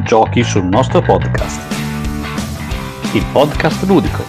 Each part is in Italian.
Giochi sul nostro podcast, il podcast ludico.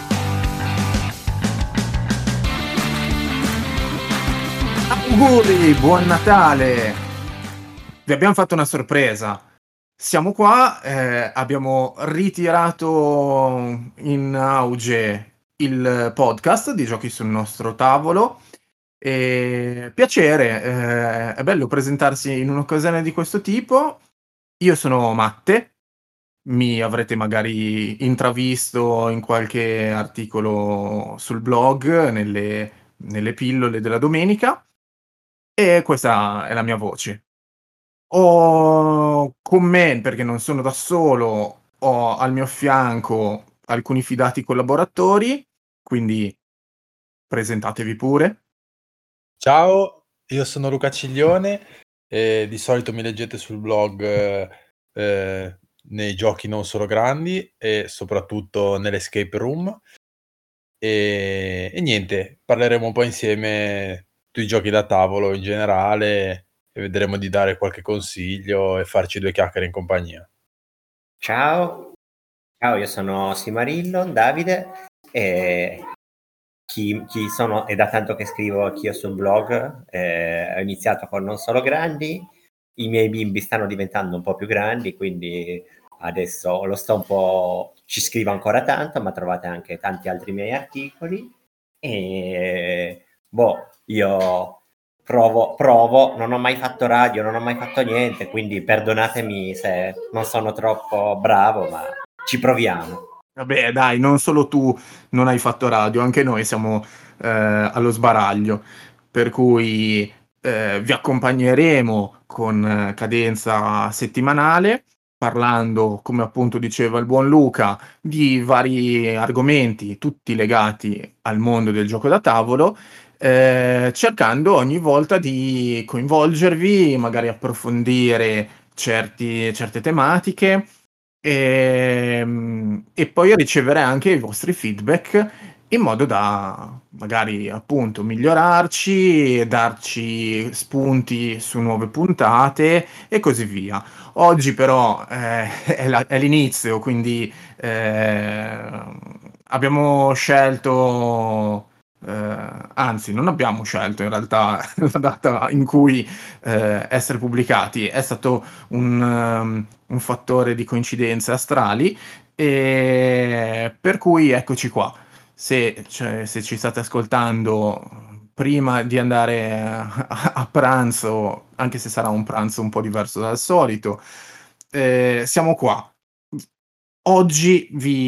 Auguri, buon Natale! Vi abbiamo fatto una sorpresa. Siamo qua, abbiamo ritirato in auge il podcast di Giochi sul nostro tavolo. Piacere, è bello presentarsi in un'occasione di questo tipo. Io sono Matte, mi avrete magari intravisto in qualche articolo sul blog, nelle pillole della domenica, e questa è la mia voce. Ho con me, perché non sono da solo, ho al mio fianco alcuni fidati collaboratori, quindi presentatevi pure. Ciao, io sono Luca Ciglione e di solito mi leggete sul blog nei giochi non solo grandi e soprattutto nell'escape room e niente, parleremo un po' insieme sui giochi da tavolo in generale e vedremo di dare qualche consiglio e farci due chiacchiere in compagnia. Ciao, io sono Simarillo, Davide, e chi sono, è da tanto che scrivo anch'io sul blog, ho iniziato con Non Solo Grandi, i miei bimbi stanno diventando un po' più grandi, quindi adesso lo sto un po', ci scrivo ancora tanto, ma trovate anche tanti altri miei articoli, e io provo, non ho mai fatto radio, non ho mai fatto niente, quindi perdonatemi se non sono troppo bravo, ma ci proviamo. Vabbè, dai, non solo tu non hai fatto radio, anche noi siamo allo sbaraglio, per cui vi accompagneremo con cadenza settimanale, parlando, come appunto diceva il buon Luca, di vari argomenti, tutti legati al mondo del gioco da tavolo, cercando ogni volta di coinvolgervi, magari approfondire certe tematiche. E poi ricevere anche i vostri feedback in modo da magari appunto migliorarci e darci spunti su nuove puntate e così via. Oggi però è l'inizio, quindi abbiamo scelto, anzi non abbiamo scelto in realtà la data in cui essere pubblicati, è stato un fattore di coincidenze astrali, e per cui eccoci qua. Se ci state ascoltando prima di andare a pranzo, anche se sarà un pranzo un po' diverso dal solito, siamo qua. Oggi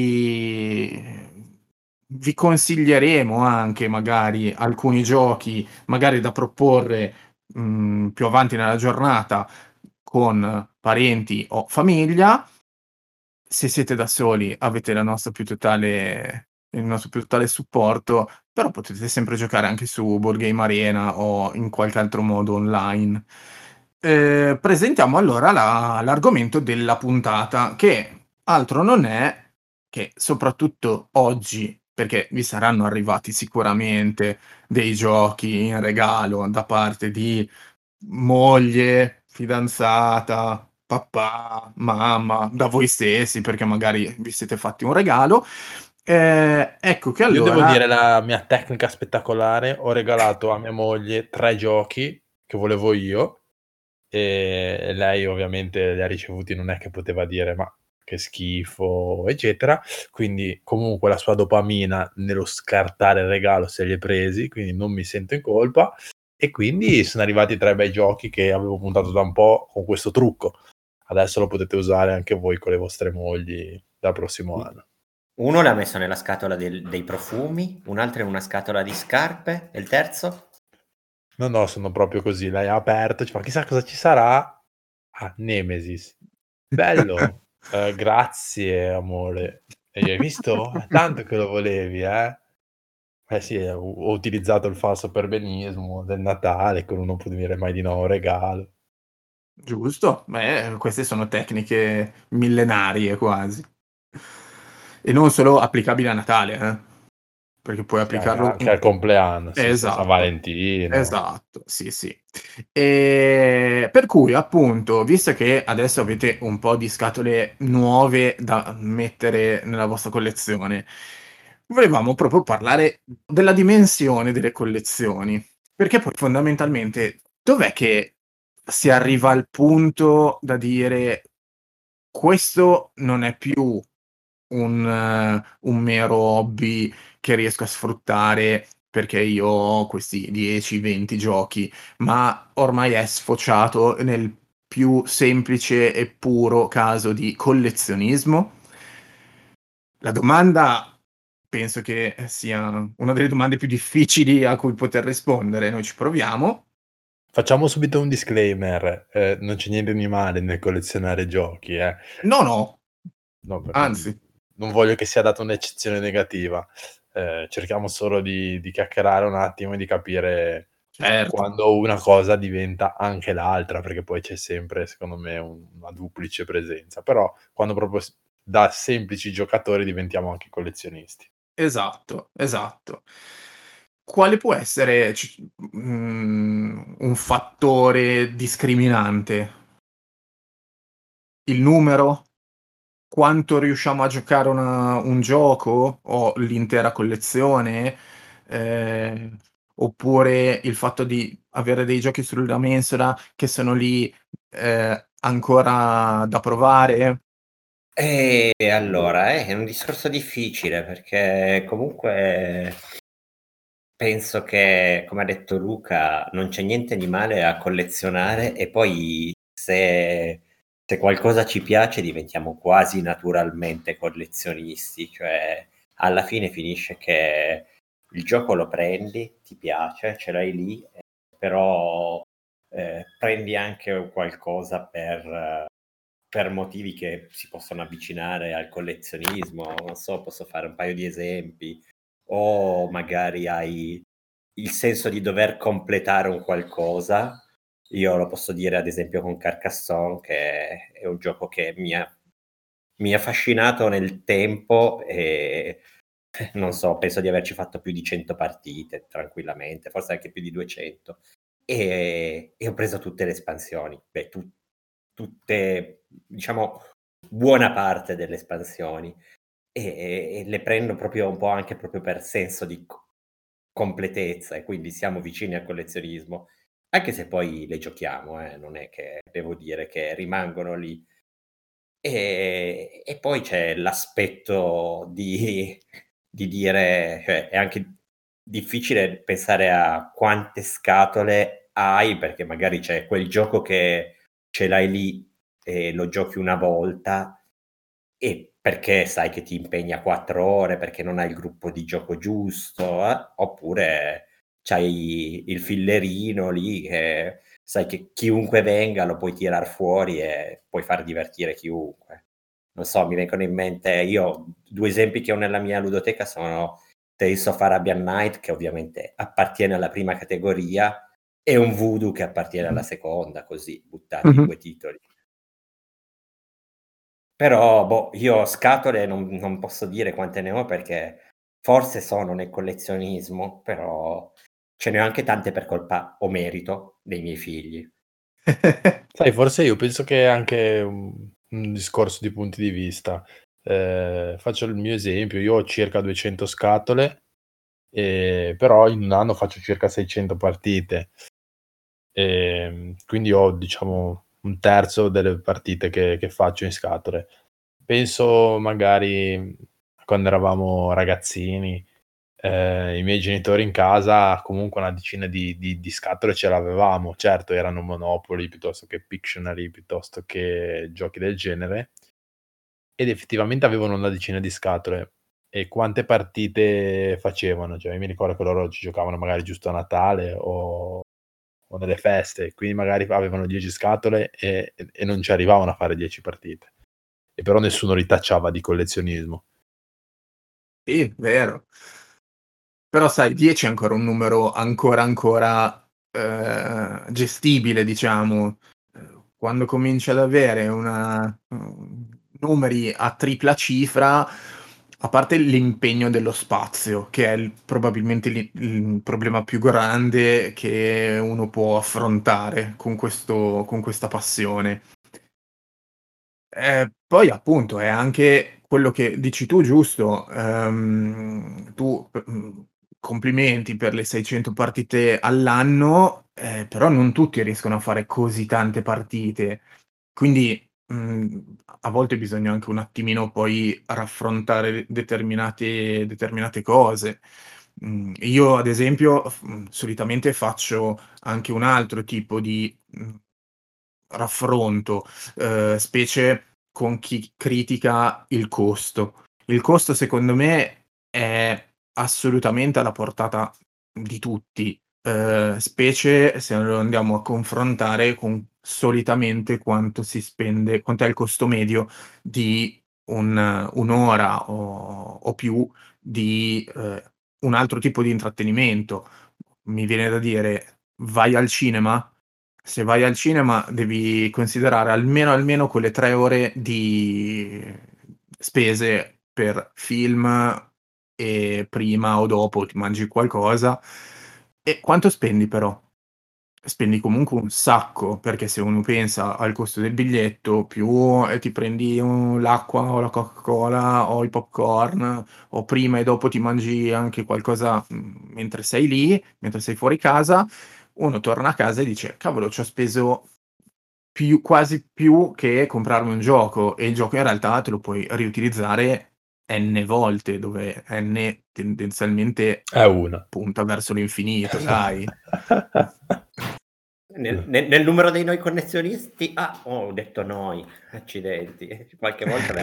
vi consiglieremo anche magari alcuni giochi, magari da proporre più avanti nella giornata con parenti o famiglia. Se siete da soli avete il nostro più totale supporto, però potete sempre giocare anche su Board Game Arena o in qualche altro modo online. Presentiamo allora l'argomento della puntata, che altro non è che, soprattutto oggi, perché vi saranno arrivati sicuramente dei giochi in regalo da parte di moglie, fidanzata, papà, mamma, da voi stessi, perché magari vi siete fatti un regalo. Ecco che Io devo allora dire la mia tecnica spettacolare, ho regalato a mia moglie 3 giochi che volevo io e lei ovviamente li ha ricevuti, non è che poteva dire ma che schifo eccetera, quindi comunque la sua dopamina nello scartare il regalo se li è presi, quindi non mi sento in colpa e quindi sono arrivati 3 bei giochi che avevo puntato da un po' con questo trucco. Adesso lo potete usare anche voi con le vostre mogli dal prossimo anno. Uno l'ha messo nella scatola dei profumi, un altro in una scatola di scarpe, e il terzo? No, sono proprio così. Lei ha aperto, ci fa chissà cosa ci sarà. Ah, Nemesis. Bello. Grazie amore. E io, hai visto? È tanto che lo volevi, eh? Eh sì, ho utilizzato il falso perbenismo del Natale, che non può dire mai di no a un regalo. giusto, beh, queste sono tecniche millenarie quasi. E non solo applicabili a Natale, eh. perché puoi Sì, applicarlo anche al compleanno, sì, sì, San esatto, Valentino. esatto, sì, sì. Per cui appunto, visto che adesso avete un po' di scatole nuove da mettere nella vostra collezione, volevamo proprio parlare della dimensione delle collezioni, perché poi fondamentalmente dov'è che si arriva al punto da dire: "Questo non è più un mero hobby che riesco a sfruttare perché io ho questi 10, 20 giochi, ma ormai è sfociato nel più semplice e puro caso di collezionismo?" La domanda penso che sia una delle domande più difficili a cui poter rispondere. Noi ci proviamo. Facciamo subito un disclaimer, non c'è niente di male nel collezionare giochi, No, no, no, anzi, non voglio che sia data un'eccezione negativa. Cerchiamo solo di chiacchierare un attimo e di capire certo, quando una cosa diventa anche l'altra, perché poi c'è sempre, secondo me, una duplice presenza. Però quando proprio da semplici giocatori diventiamo anche collezionisti. esatto, esatto. Quale può essere un fattore discriminante? Il numero? Quanto riusciamo a giocare un gioco o l'intera collezione? Ehm, Oppure il fatto di avere dei giochi sulla mensola che sono lì, ancora da provare? Allora, è un discorso difficile perché comunque penso che, come ha detto Luca, non c'è niente di male a collezionare e poi se qualcosa ci piace diventiamo quasi naturalmente collezionisti, cioè alla fine finisce che il gioco lo prendi, ti piace, ce l'hai lì, però prendi anche qualcosa per motivi che si possono avvicinare al collezionismo, non so, posso fare un paio di esempi, o magari hai il senso di dover completare un qualcosa. Io lo posso dire ad esempio con Carcassonne, che è un gioco che mi ha affascinato nel tempo e non so, penso di averci fatto più di 100 partite tranquillamente, forse anche più di 200. E ho preso tutte le espansioni, tutte, diciamo, buona parte delle espansioni e le prendo proprio un po' anche proprio per senso di completezza e quindi siamo vicini al collezionismo, anche se poi le giochiamo, non è che devo dire che rimangono lì. E poi c'è l'aspetto di dire, cioè è anche difficile pensare a quante scatole hai, perché magari c'è quel gioco che ce l'hai lì e lo giochi una volta e perché sai che ti impegna 4 ore, perché non hai il gruppo di gioco giusto, oppure c'hai il fillerino lì che sai che chiunque venga lo puoi tirar fuori e puoi far divertire chiunque. Non so, mi vengono in mente io 2 esempi che ho nella mia ludoteca sono Tales of Arabian Night, che ovviamente appartiene alla prima categoria, e un Voodoo che appartiene alla seconda, così, buttati Mh-mh. 2 titoli. Però, boh, io scatole non posso dire quante ne ho perché forse sono nel collezionismo, però ce ne ho anche tante per colpa o merito dei miei figli. Sai, forse io penso che è anche un discorso di punti di vista. Faccio il mio esempio, io ho circa 200 scatole, però in un anno faccio circa 600 partite. Quindi ho, diciamo, un terzo delle partite che faccio in scatole. Penso magari quando eravamo ragazzini, i miei genitori in casa comunque una decina di scatole ce l'avevamo. Certo, erano Monopoly piuttosto che Pictionary, piuttosto che giochi del genere, ed effettivamente avevano una decina di scatole. E quante partite facevano? Cioè, io mi ricordo che loro ci giocavano magari giusto a Natale o nelle feste, quindi magari avevano 10 scatole e non ci arrivavano a fare 10 partite. E però nessuno li tacciava di collezionismo. Sì, vero. Però sai 10 è ancora un numero ancora, gestibile diciamo. Quando cominci ad avere numeri a tripla cifra, a parte l'impegno dello spazio, che è probabilmente il problema più grande che uno può affrontare con questa passione. Poi appunto è anche quello che dici tu giusto, complimenti per le 600 partite all'anno, però non tutti riescono a fare così tante partite. Quindi, a volte bisogna anche un attimino poi raffrontare determinate cose. Io ad esempio solitamente faccio anche un altro tipo di, raffronto, specie con chi critica il costo. Il costo secondo me è assolutamente alla portata di tutti, specie se lo andiamo a confrontare con solitamente quant'è il costo medio di un'ora o più di, un altro tipo di intrattenimento. Mi viene da dire: vai al cinema? Se vai al cinema devi considerare almeno quelle 3 ore di spese per film e prima o dopo ti mangi qualcosa. E quanto spendi però? Spendi comunque un sacco, perché se uno pensa al costo del biglietto più, ti prendi l'acqua o la Coca-Cola o i popcorn, o prima e dopo ti mangi anche qualcosa, mentre sei lì, mentre sei fuori casa, uno torna a casa e dice: "Cavolo, c'ho speso quasi più che comprarmi un gioco", e il gioco in realtà te lo puoi riutilizzare n volte, dove n tendenzialmente È una. punta verso l'infinito, dai. Nel numero dei noi connezionisti, ho detto noi, accidenti, qualche volta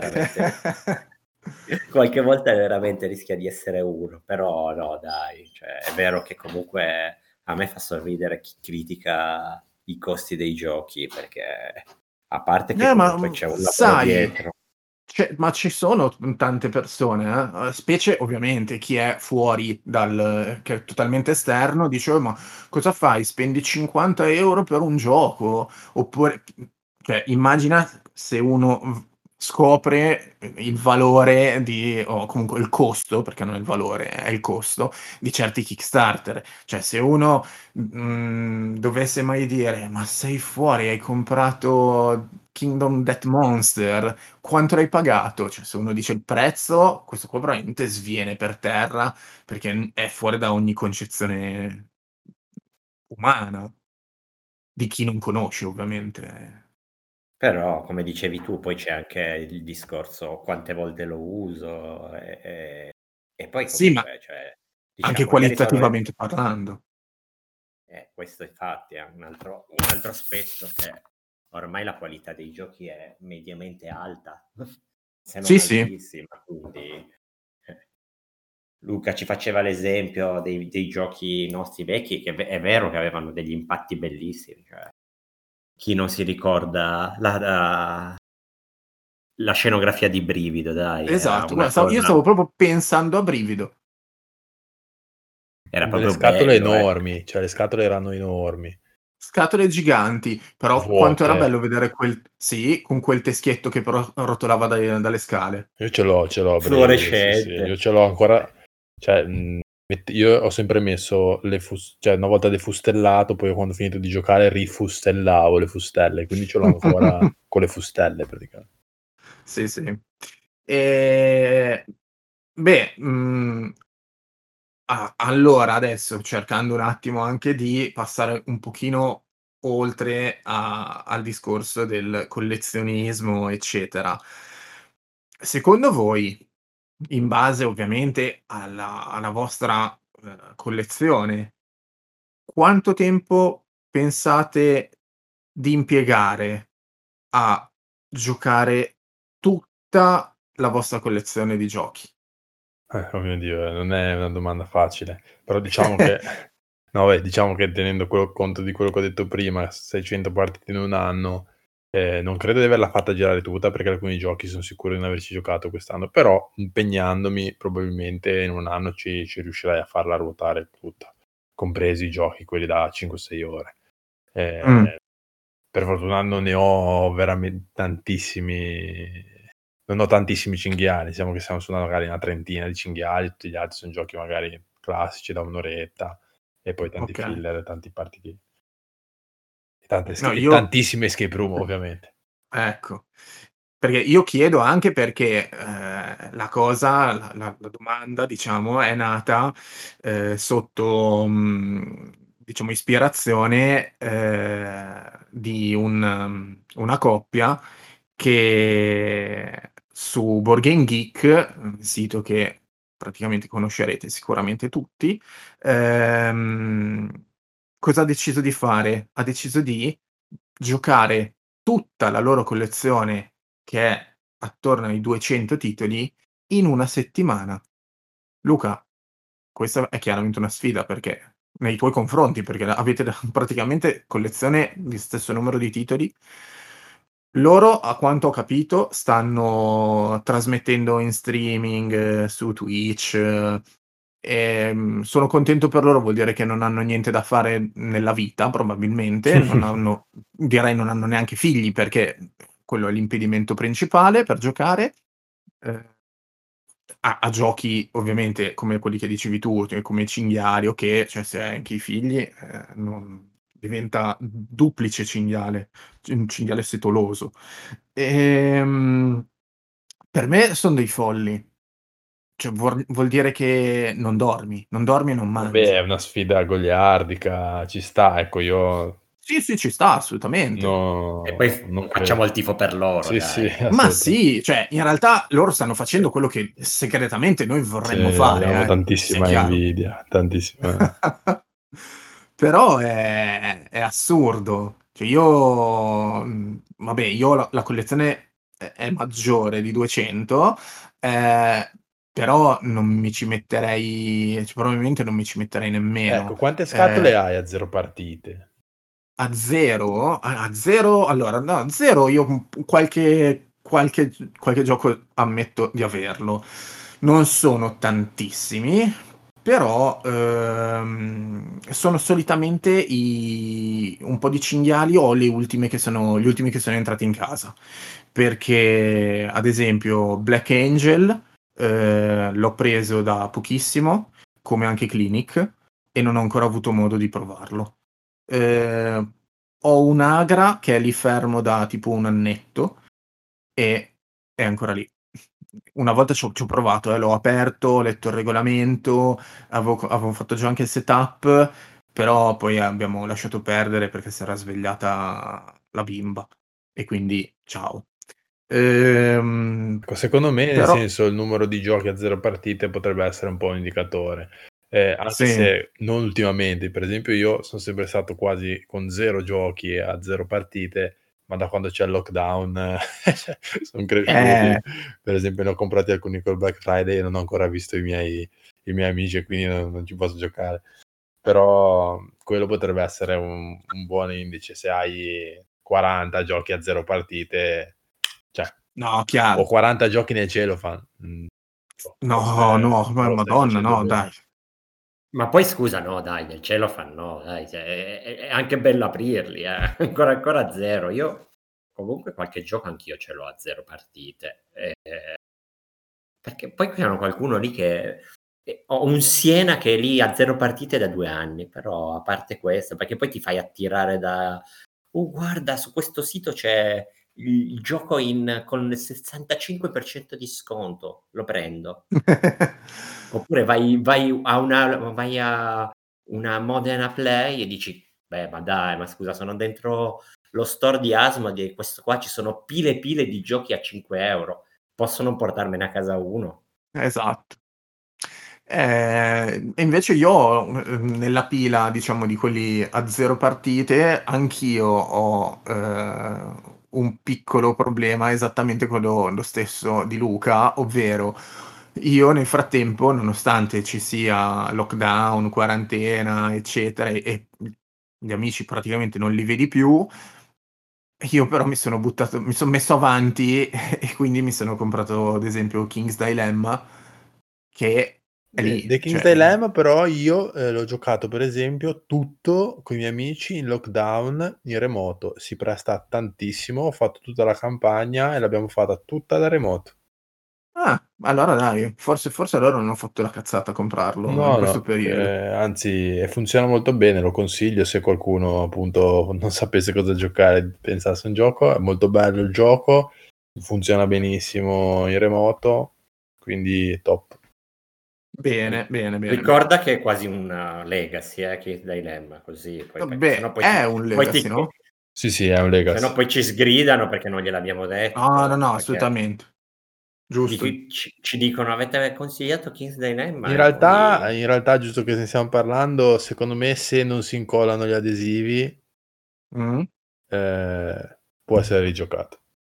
veramente rischia di essere uno, però no dai, cioè è vero che comunque a me fa sorridere chi critica i costi dei giochi, perché a parte che Ma, comunque c'è un lavoro sai, dietro. ma ci sono tante persone, specie ovviamente chi è fuori che è totalmente esterno, dice: "Oh, ma cosa fai? Spendi 50 € per un gioco?" Oppure cioè immagina se uno scopre il valore o comunque il costo, perché non è il valore, è il costo di certi Kickstarter. Cioè se uno, dovesse mai dire: "Ma sei fuori, hai comprato Kingdom Death Monster, quanto l'hai pagato?" Cioè se uno dice il prezzo, questo qua probabilmente sviene per terra, perché è fuori da ogni concezione umana, di chi non conosce ovviamente. Però, come dicevi tu, poi c'è anche il discorso quante volte lo uso e poi Sì, ma comunque, cioè, anche diciamo ieri qualitativamente parlando. questo infatti è un altro aspetto, che ormai la qualità dei giochi è mediamente alta, se non Sì, sì, altissima, quindi Luca ci faceva l'esempio dei giochi nostri vecchi, che è vero che avevano degli impatti bellissimi, cioè chi non si ricorda la scenografia di Brivido, dai, era esatto. una Guarda, io cosa, stavo proprio pensando a brivido. era Con delle proprio scatole bello, enormi, cioè le scatole erano enormi, Scatole giganti, però quanto era vuote. bello vedere con quel teschietto che però rotolava dalle scale. Io ce l'ho a Brivido, sì, sì, io fluorescente. ce l'ho ancora, cioè, io ho sempre messo cioè una volta defustellato, poi quando ho finito di giocare rifustellavo le fustelle, quindi ce l'ho ancora con le fustelle praticamente. Sì, sì. Ehm, beh, allora adesso cercando un attimo anche di passare un pochino oltre al discorso del collezionismo, eccetera. Secondo voi, in base ovviamente alla vostra, collezione, quanto tempo pensate di impiegare a giocare tutta la vostra collezione di giochi? Oh mio Dio, non è una domanda facile, però diciamo che no, beh, diciamo che tenendo conto di quello che ho detto prima, 600 partite in 1 anno, non credo di averla fatta girare tutta, perché alcuni giochi son sicuro di non averci giocato quest'anno, però impegnandomi probabilmente in 1 anno ci riuscirai a farla ruotare tutta, compresi i giochi quelli da 5 o 6 ore. Mh. Per fortuna non ne ho tantissimi non ho tantissimi cinghiali, diciamo che siamo su magari una trentina di cinghiali, tutti gli altri sono giochi magari classici da un'oretta, e poi tanti Ok. filler, tanti partiti, No, e tantissime escape room ovviamente. ecco, perché io chiedo anche perché, la cosa la domanda diciamo è nata, sotto, diciamo ispirazione, di una coppia che su Board Game Geek, sito che praticamente conoscerete sicuramente tutti, ehm, cosa ha deciso di fare? Ha deciso di giocare tutta la loro collezione, che è attorno ai 200 titoli, in 1 settimana. Luca, questa è chiaramente una sfida perché nei tuoi confronti, perché avete praticamente collezione di stesso numero di titoli. Loro, a quanto ho capito, stanno trasmettendo in streaming su Twitch, sono contento per loro, vuol dire che non hanno niente da fare nella vita probabilmente, non hanno neanche figli perché quello è l'impedimento principale per giocare. Ehm, a giochi ovviamente come quelli che dicevi tu, cioè come cinghiali o che, cioè se hai anche i figli, non diventa duplice cinghiale, un cinghiale setoloso. Ehm, per me son dei folli. Cioè vuol dire che non dormi e non Vabbè, è mangi. una sfida goliardica, ci sta, ecco, io Sì, sì, ci sta assolutamente. E poi non facciamo credo. il tifo per loro, Sì, sì, dai. Ma assolutamente. sì, cioè in realtà loro stanno facendo quello che segretamente noi Sì, vorremmo abbiamo fare, che sia tantissima chiaro. invidia, tantissima. Però è assurdo. Cioè io vabbè, io la collezione è maggiore di 200, però non mi ci metterei, cioè probabilmente non mi ci metterei Ecco, nemmeno. quante Ehm scatole hai a 0 partite? A 0? A 0 allora no, a 0 io, qualche gioco ammetto di averlo. Non sono tantissimi, però, sono solitamente i un po' di cinghiali o le ultime che sono gli ultimi che sono entrati in casa. Perché, ad esempio, Black Angel, l'ho preso da pochissimo, come anche Clinic, e non ho ancora avuto modo di provarlo. Ehm, ho un Agra che è lì fermo da tipo 1 annetto e è ancora lì. Una volta ci ho provato, l'ho aperto, ho letto il regolamento, avevo fatto già anche il setup, però poi abbiamo lasciato perdere perché si era svegliata la bimba e quindi ciao. Ecco, secondo me, nel Però senso, il numero di giochi a 0 partite potrebbe essere un po' un indicatore. Anche sì. se non ultimamente, per esempio io son sempre stato quasi con 0 giochi a 0 partite, ma da quando c'è il lockdown cioè son cresciuti. Eh, Per esempio ne ho comprati alcuni col Black Friday e non ho ancora visto i miei amici e quindi non ci posso giocare. Però quello potrebbe essere un buon indice se hai 40 giochi a 0 partite, cioè no, o chiaro. 40 giochi nel cellophane. No, Forse no, ma non lo stai madonna, facendo no, bene. dai. Ma poi scusa, no dai, nel cielo fanno, dai, cioè è anche bello aprirli, ancora a 0. Io comunque qualche gioco anch'io ce l'ho a 0 partite, perché poi qui hanno qualcuno lì che ho un Siena che è lì a 0 partite da 2 anni, però a parte questo, perché poi ti fai attirare da: "Oh guarda, su questo sito c'è il gioco con il 65% di sconto, lo prendo." Oppure vai a una Modena Play e dici: "Beh, ma dai, ma scusa, sono dentro lo store di Asmodee e questo qua ci sono pile e pile di giochi a 5 €. Posso non portarmene a casa uno?" Esatto. E invece io, nella pila diciamo di quelli a 0 partite, anch'io ho, un piccolo problema, esattamente quello lo stesso di Luca, ovvero io nel frattempo, nonostante ci sia lockdown, quarantena, eccetera, e gli amici praticamente non li vedi più, io però mi son messo avanti e quindi mi sono comprato ad esempio King's Dilemma, che è lì, The King's cioè Dilemma però io, l'ho giocato per esempio tutto coi miei amici in lockdown in remoto. Si presta tantissimo, ho fatto tutta la campagna e l'abbiamo fatta tutta da remoto. Allora dai, forse allora non ho fatto la cazzata a comprarlo in questo periodo. Anzi, funziona molto bene, lo consiglio se qualcuno appunto non sapesse cosa giocare, pensasse a un gioco, è molto bello il gioco, funziona benissimo in remoto, quindi top. Bene. Ricorda che è quasi una legacy, Kiss Dilemma, così poi, Beh, è un legacy, no? Sì, è un legacy. Se no poi ci sgridano perché non gliel'abbiamo detto. No, assolutamente. Giusto. Ci dicono: avete consigliato King's Dilemma? In realtà, giusto che ne stiamo parlando, secondo me se non si incollano gli adesivi può essere rigiocato.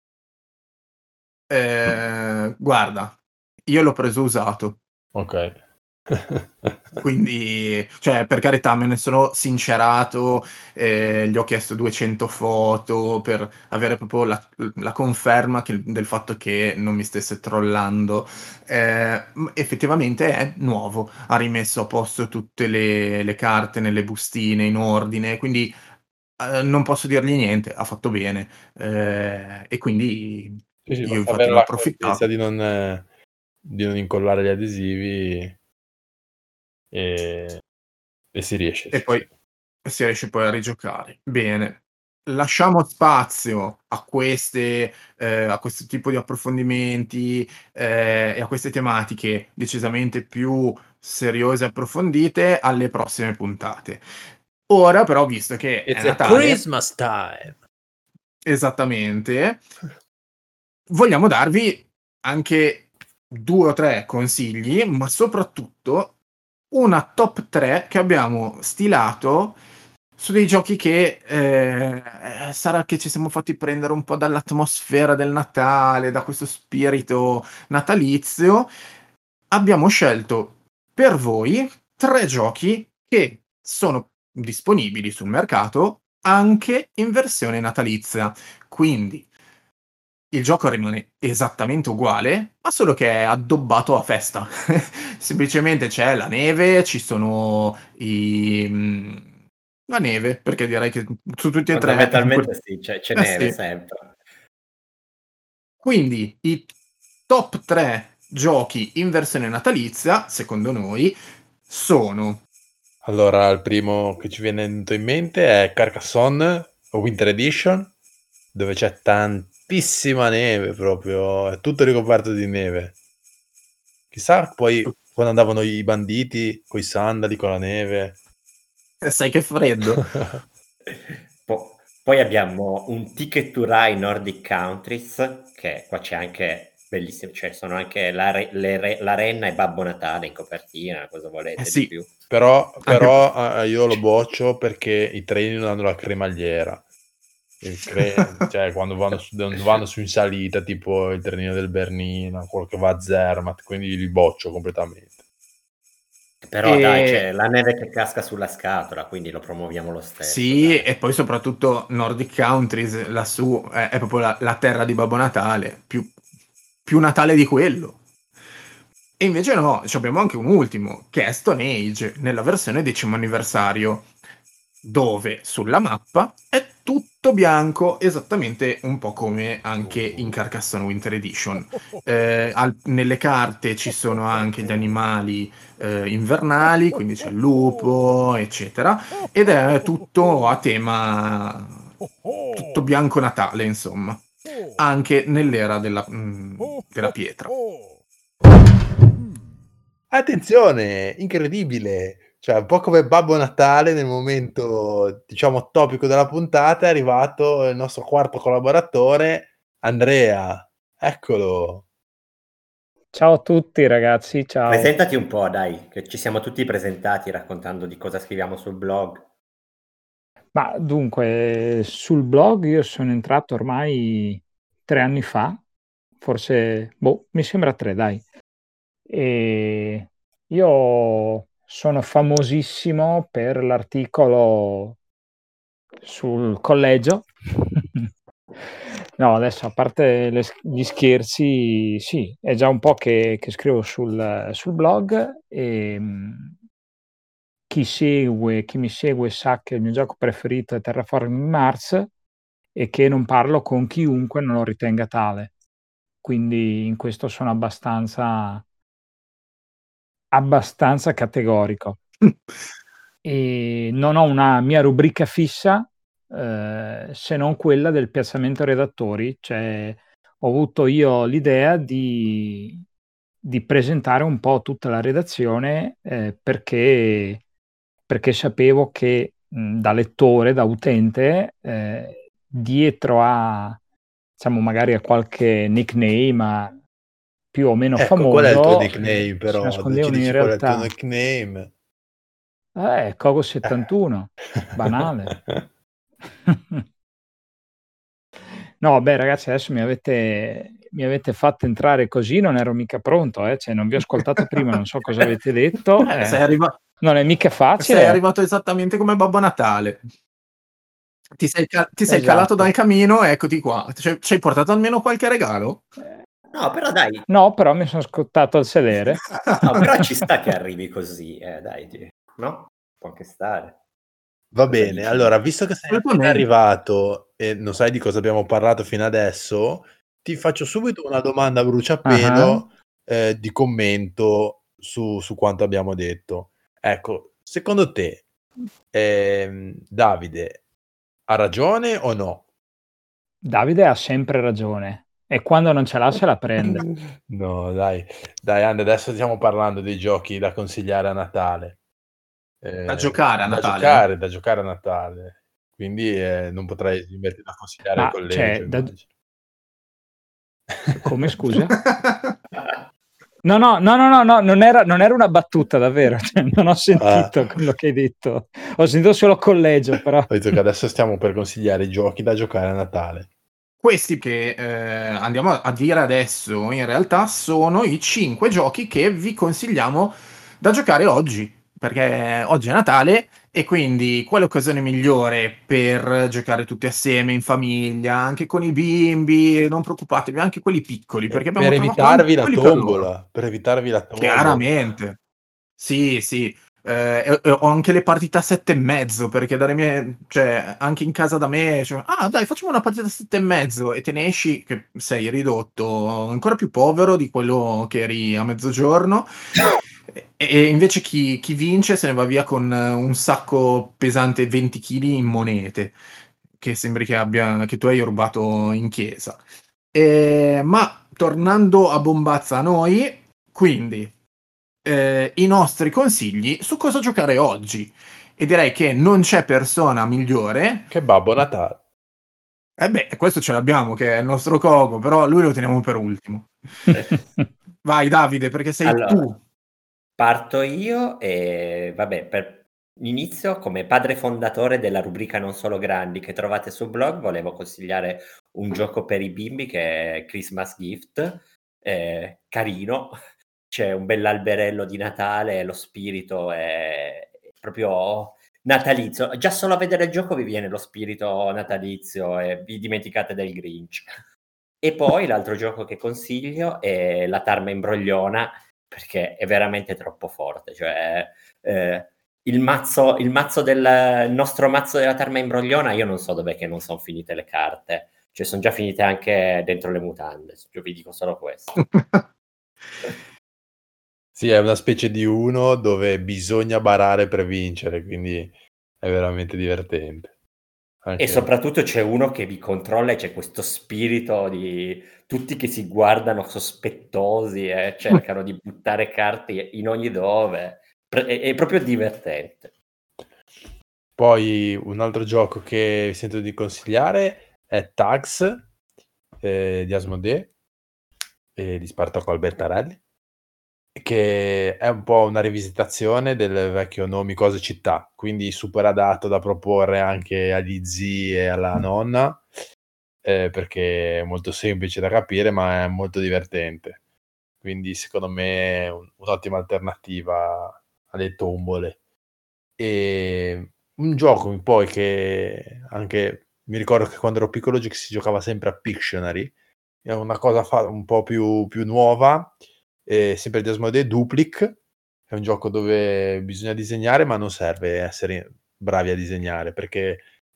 Guarda, io l'ho preso usato. Ok. Quindi, cioè, per carità, me ne sono sincerato, gli ho chiesto 200 foto per avere proprio la conferma del fatto che non mi stesse trollando. Effettivamente è nuovo, ha rimesso a posto tutte le carte nelle bustine in ordine, quindi non posso dirgli niente, ha fatto bene. E quindi Sì, io basta infatti avere ne ho la contezza approfittato. di non incollare gli adesivi e si riesce. E Sì, poi sì. si riesce poi a rigiocare. Bene. Lasciamo spazio a a questo tipo di approfondimenti, e a queste tematiche decisamente più seriose e approfondite alle prossime puntate. Ora però, visto che è It's a Natale Christmas time! esattamente, vogliamo darvi anche 2 o 3 consigli, ma soprattutto una top 3 che abbiamo stilato su dei giochi che, sarà che ci siamo fatti prendere un po' dall'atmosfera del Natale, da questo spirito natalizio. Abbiamo scelto per voi 3 giochi che sono disponibili sul mercato anche in versione natalizia. Quindi il gioco rimane esattamente uguale, ma solo che è addobbato a festa. Semplicemente c'è la neve, ci sono la neve, perché direi che su tutti e 3 Fondamentalmente sì, c'è neve sì. sempre. Quindi i top 3 giochi in versione natalizia, secondo noi, sono Allora, il primo che ci viene in mente è Carcassonne Winter Edition, dove c'è tantissima neve proprio, è tutto ricoperto di neve. Chissà poi quando andavano i banditi coi sandali, con la neve. sai che freddo. Poi abbiamo un Ticket to Ride Nordic Countries, che qua c'è anche bellissimo, cioè sono anche la renna e Babbo Natale in copertina, cosa volete Sì. di più? Però io lo boccio perché i treni non hanno la cremagliera. Cioè quando vanno su in salita, tipo il trenino del Bernina, quello che va a Zermatt, quindi li boccio completamente. Però dai, c'è la neve che casca sulla scatola, quindi lo promuoviamo lo stesso. Sì, dai. e poi soprattutto Nordic Countries, lassù è proprio la terra di Babbo Natale, più Natale di quello. E invece no, abbiamo anche un ultimo, che è Stone Age, nella versione 10° anniversario, dove sulla mappa è tutto bianco, esattamente un po' come anche in Carcassonne Winter Edition. Nelle carte ci sono anche gli animali invernali, quindi c'è il lupo, eccetera, ed è tutto a tema, tutto bianco Natale, insomma, anche nell'era della pietra. Attenzione, incredibile! Cioè, un po' come Babbo Natale, nel momento, diciamo, topico della puntata, è arrivato il nostro quarto collaboratore, Andrea. Eccolo! Ciao a tutti ragazzi, ciao. Presentati un po', dai, che ci siamo tutti presentati raccontando di cosa scriviamo sul blog. Ma dunque, sul blog io sono entrato ormai 3 anni fa, forse, mi sembra 3, dai. E io sono famosissimo per l'articolo sul collegio. No, adesso a parte gli scherzi, sì, è già un po' che scrivo sul blog e chi mi segue sa che il mio gioco preferito è Terraforming Mars e che non parlo con chiunque non lo ritenga tale. quindi in questo sono abbastanza categorico. E non ho una mia rubrica fissa, se non quella del piazzamento redattori. Cioè, ho avuto io l'idea di presentare un po' tutta la redazione, perché sapevo che da lettore, da utente, dietro a, diciamo, magari a qualche nickname più o meno Ecco, qual è il tuo famoso, nickname si però? Ci nascondevano in dici qual è il tuo realtà. nickname? Cogo71, banale. No, beh, ragazzi, adesso mi avete fatto entrare così, non ero mica pronto, cioè, non vi ho ascoltato prima, non so cosa avete detto. Non è mica sei facile. arrivato esattamente come Babbo Natale. Ti sei calato Esatto. dal camino e eccoti qua. Ci hai portato almeno qualche regalo? No, però dai. No, però mi sono scottato al sedere. No, però ci sta che arrivi così, dai, no? Può anche stare. Va Cosa bene, dici? allora, visto che sei appena Assolutamente. arrivato e non sai di cosa abbiamo parlato fino adesso, ti faccio subito una domanda a bruciapelo di commento su quanto abbiamo detto. Ecco, secondo te Davide ha ragione o no? Davide ha sempre ragione e quando non ce l'ha se la prende. No, dai, Andy, adesso stiamo parlando dei giochi da consigliare a Natale. Da giocare a Natale? Da giocare a Natale. Quindi non potrei esimerti da consigliare ai Ma, colleghi, cioè, immagino. come, scusa? No, non era una battuta, davvero. Cioè, non ho sentito quello che hai detto. Ho sentito solo collegio, però. Ho detto che adesso stiamo per consigliare i giochi da giocare a Natale. Questi che andiamo a dire adesso, in realtà, sono i 5 giochi che vi consigliamo da giocare oggi. Perché oggi è Natale e quindi quale occasione migliore per giocare tutti assieme in famiglia, anche con i bimbi, non preoccupatevi, anche quelli piccoli, perché abbiamo Per trovato evitarvi anche la quelli per loro. tombola. Per evitarvi la tombola. Chiaramente. Sì. E ho anche le partite a 7,5, perché dalle mie, cioè, anche in casa da me, cioè, dai, facciamo una partita a 7,5 e te ne esci che sei ridotto, ancora più povero di quello che eri a mezzogiorno. E invece chi vince se ne va via con un sacco pesante 20 kg in monete, che sembri che tu hai rubato in chiesa. Ma tornando a bombazza a noi, quindi i nostri consigli su cosa giocare oggi. E direi che non c'è persona migliore. Che Babbo Natale. Questo ce l'abbiamo, che è il nostro Cogo, però lui lo teniamo per ultimo. Vai Davide, perché sei Allora, tu. parto io e vabbè, per l'inizio, come padre fondatore della rubrica Non Solo Grandi che trovate sul blog, volevo consigliare un gioco per i bimbi che è Christmas Gift, carino, c'è un bell'alberello di Natale, lo spirito è proprio natalizio, già solo a vedere il gioco vi viene lo spirito natalizio e vi dimenticate del Grinch. E poi l'altro gioco che consiglio è la Tarma Imbrogliona, perché è veramente troppo forte, cioè il nostro mazzo della Tarma Imbrogliona, io non so dov'è che non sono finite le carte, cioè sono già finite anche dentro le mutande, io vi dico solo questo. Sì, è una specie di Uno dove bisogna barare per vincere, quindi è veramente divertente. E soprattutto c'è uno che vi controlla e c'è questo spirito di tutti che si guardano sospettosi e cercano di buttare carte in ogni dove. È proprio divertente. Poi un altro gioco che sento di consigliare è Tags di Asmodee e di Spartaco Albertarelli, che è un po' una rivisitazione del vecchio Nomi Cose Città, quindi super adatto da proporre anche agli zii e alla nonna, perché è molto semplice da capire ma è molto divertente, quindi secondo me è un'ottima alternativa alle tombole. E un gioco poi che anche mi ricordo che quando ero piccolo si giocava sempre a Pictionary, è una cosa un po' più nuova, sempre di Asmodee, Duplic, è un gioco dove bisogna disegnare ma non serve essere bravi a disegnare, perché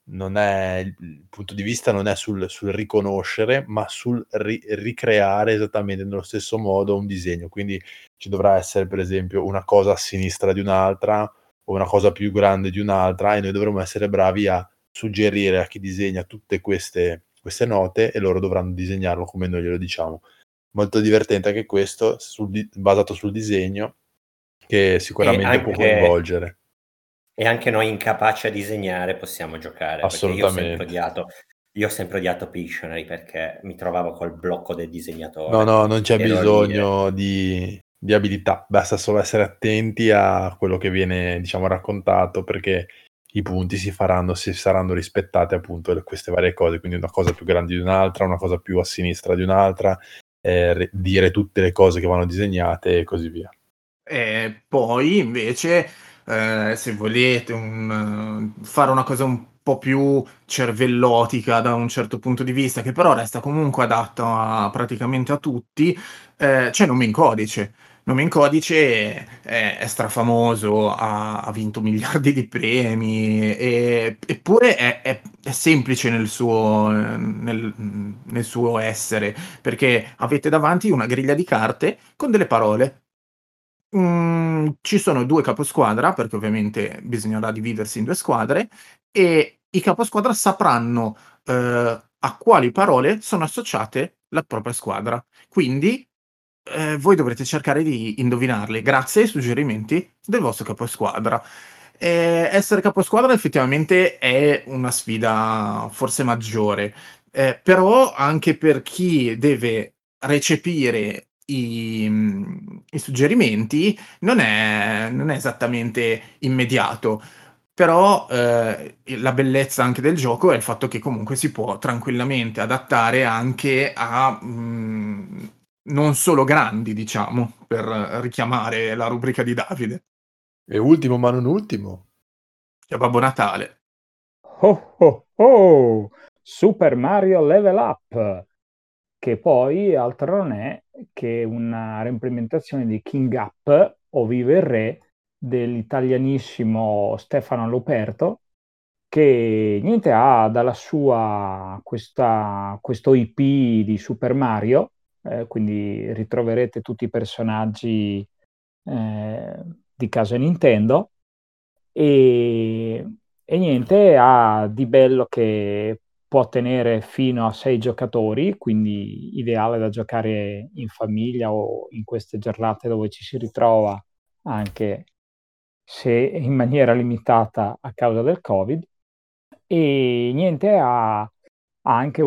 il punto di vista non è sul riconoscere, ma sul ricreare esattamente nello stesso modo un disegno. Quindi ci dovrà essere, per esempio, una cosa a sinistra di un'altra o una cosa più grande di un'altra, e noi dovremo essere bravi a suggerire a chi disegna tutte queste note, e loro dovranno disegnarlo come noi glielo diciamo. Molto divertente anche questo, basato sul disegno, che sicuramente può coinvolgere. E anche noi incapaci a disegnare possiamo giocare. Assolutamente. Perché io ho sempre odiato Pictionary, perché mi trovavo col blocco del disegnatore. No, non c'è bisogno di abilità, basta solo essere attenti a quello che viene, diciamo, raccontato, perché i punti si saranno rispettati, appunto, queste varie cose, quindi una cosa più grande di un'altra, una cosa più a sinistra di un'altra, dire tutte le cose che vanno disegnate e così via. E poi invece, se volete fare una cosa un po' più cervellotica da un certo punto di vista, che però resta comunque adatta praticamente a tutti, c'è Nome in Codice. Nome in Codice è strafamoso, ha vinto miliardi di premi, eppure è semplice nel suo essere, perché avete davanti una griglia di carte con delle parole. Ci sono 2 caposquadra, perché ovviamente bisognerà dividersi in 2 squadre, e i caposquadra sapranno, a quali parole sono associate la propria squadra. Quindi, voi dovrete cercare di indovinarle grazie ai suggerimenti del vostro caposquadra. Essere caposquadra effettivamente è una sfida forse maggiore, però anche per chi deve recepire i suggerimenti non è esattamente immediato. Però, la bellezza anche del gioco è il fatto che comunque si può tranquillamente adattare anche a, non solo grandi, diciamo, per richiamare la rubrica di Davide. E ultimo, ma non ultimo, C'è Babbo Natale. Oh oh oh! Super Mario Level Up, che poi altro non è che una reimplementazione di King Up, o Viva il Re, dell'italianissimo Stefano Loperto, che niente ha dalla sua questo IP di Super Mario, quindi ritroverete tutti i personaggi di casa Nintendo, e niente ha di bello che può tenere fino a 6 giocatori, quindi ideale da giocare in famiglia o in queste giornate dove ci si ritrova, anche se in maniera limitata a causa del Covid. E niente, ha anche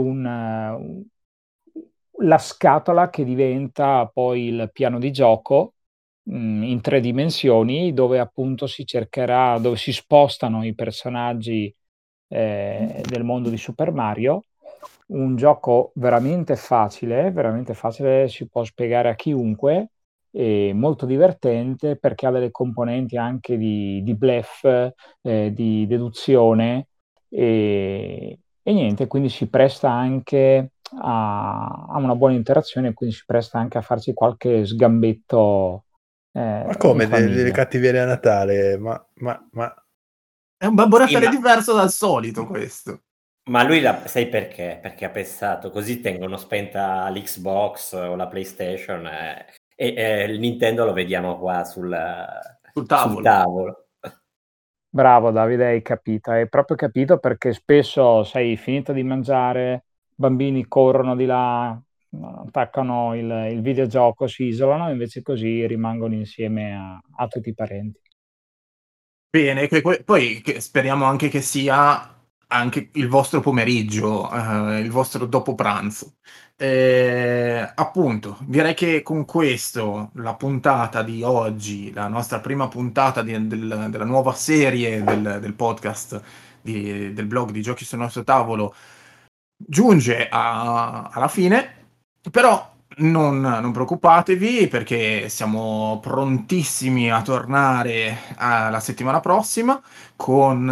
la scatola che diventa poi il piano di gioco in 3 dimensioni, dove appunto dove si spostano i personaggi del mondo di Super Mario. Un gioco veramente facile, si può spiegare a chiunque, e molto divertente perché ha delle componenti anche di bluff, di deduzione, e niente, quindi si presta anche a una buona interazione, quindi si presta anche a farci qualche sgambetto. Ma come in famiglia. delle cattiverie a Natale? Ma È un Babbo Natale diverso dal solito questo. Ma lui sai perché? Perché ha pensato, così tengono spenta l'Xbox o la PlayStation, e il Nintendo lo vediamo qua sul tavolo. Bravo Davide, hai proprio capito, perché spesso sei finito di mangiare, bambini corrono di là, attaccano il videogioco, si isolano, invece così rimangono insieme a tutti i parenti. Bene, poi speriamo anche che sia anche il vostro pomeriggio, il vostro dopo pranzo. Appunto, direi che con questo la puntata di oggi, la nostra prima puntata della nuova serie del podcast del blog di Giochi sul nostro tavolo, giunge alla fine. Però non preoccupatevi, perché siamo prontissimi a tornare la settimana prossima con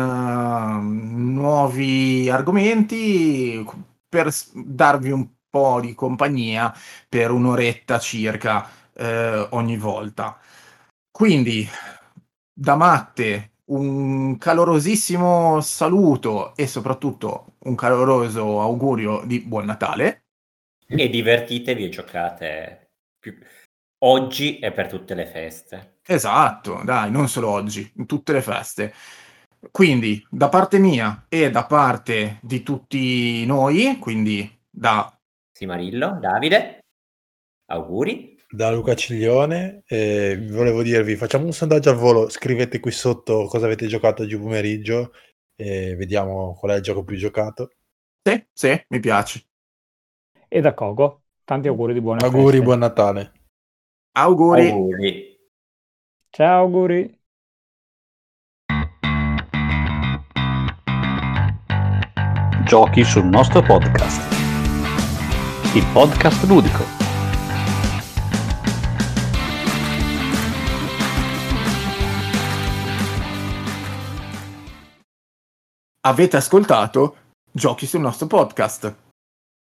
nuovi argomenti, per darvi un po' di compagnia per un'oretta circa ogni volta. Quindi, da Matte un calorosissimo saluto e soprattutto un caloroso augurio di buon Natale. E divertitevi e giocate oggi e per tutte le feste. Esatto, dai, non solo oggi, in tutte le feste. Quindi, da parte mia e da parte di tutti noi, quindi da Simarillo, Davide, auguri. Da Luca Ciglione, volevo dirvi, facciamo un sondaggio al volo, scrivete qui sotto cosa avete giocato oggi pomeriggio e vediamo qual è il gioco più giocato. Sì, mi piace. E da Kogo, tanti auguri di buone Auguri, feste. buon Natale. Auguri. Auguri. Ciao, auguri. Giochi sul nostro podcast. Il podcast ludico. Avete ascoltato Giochi sul nostro podcast.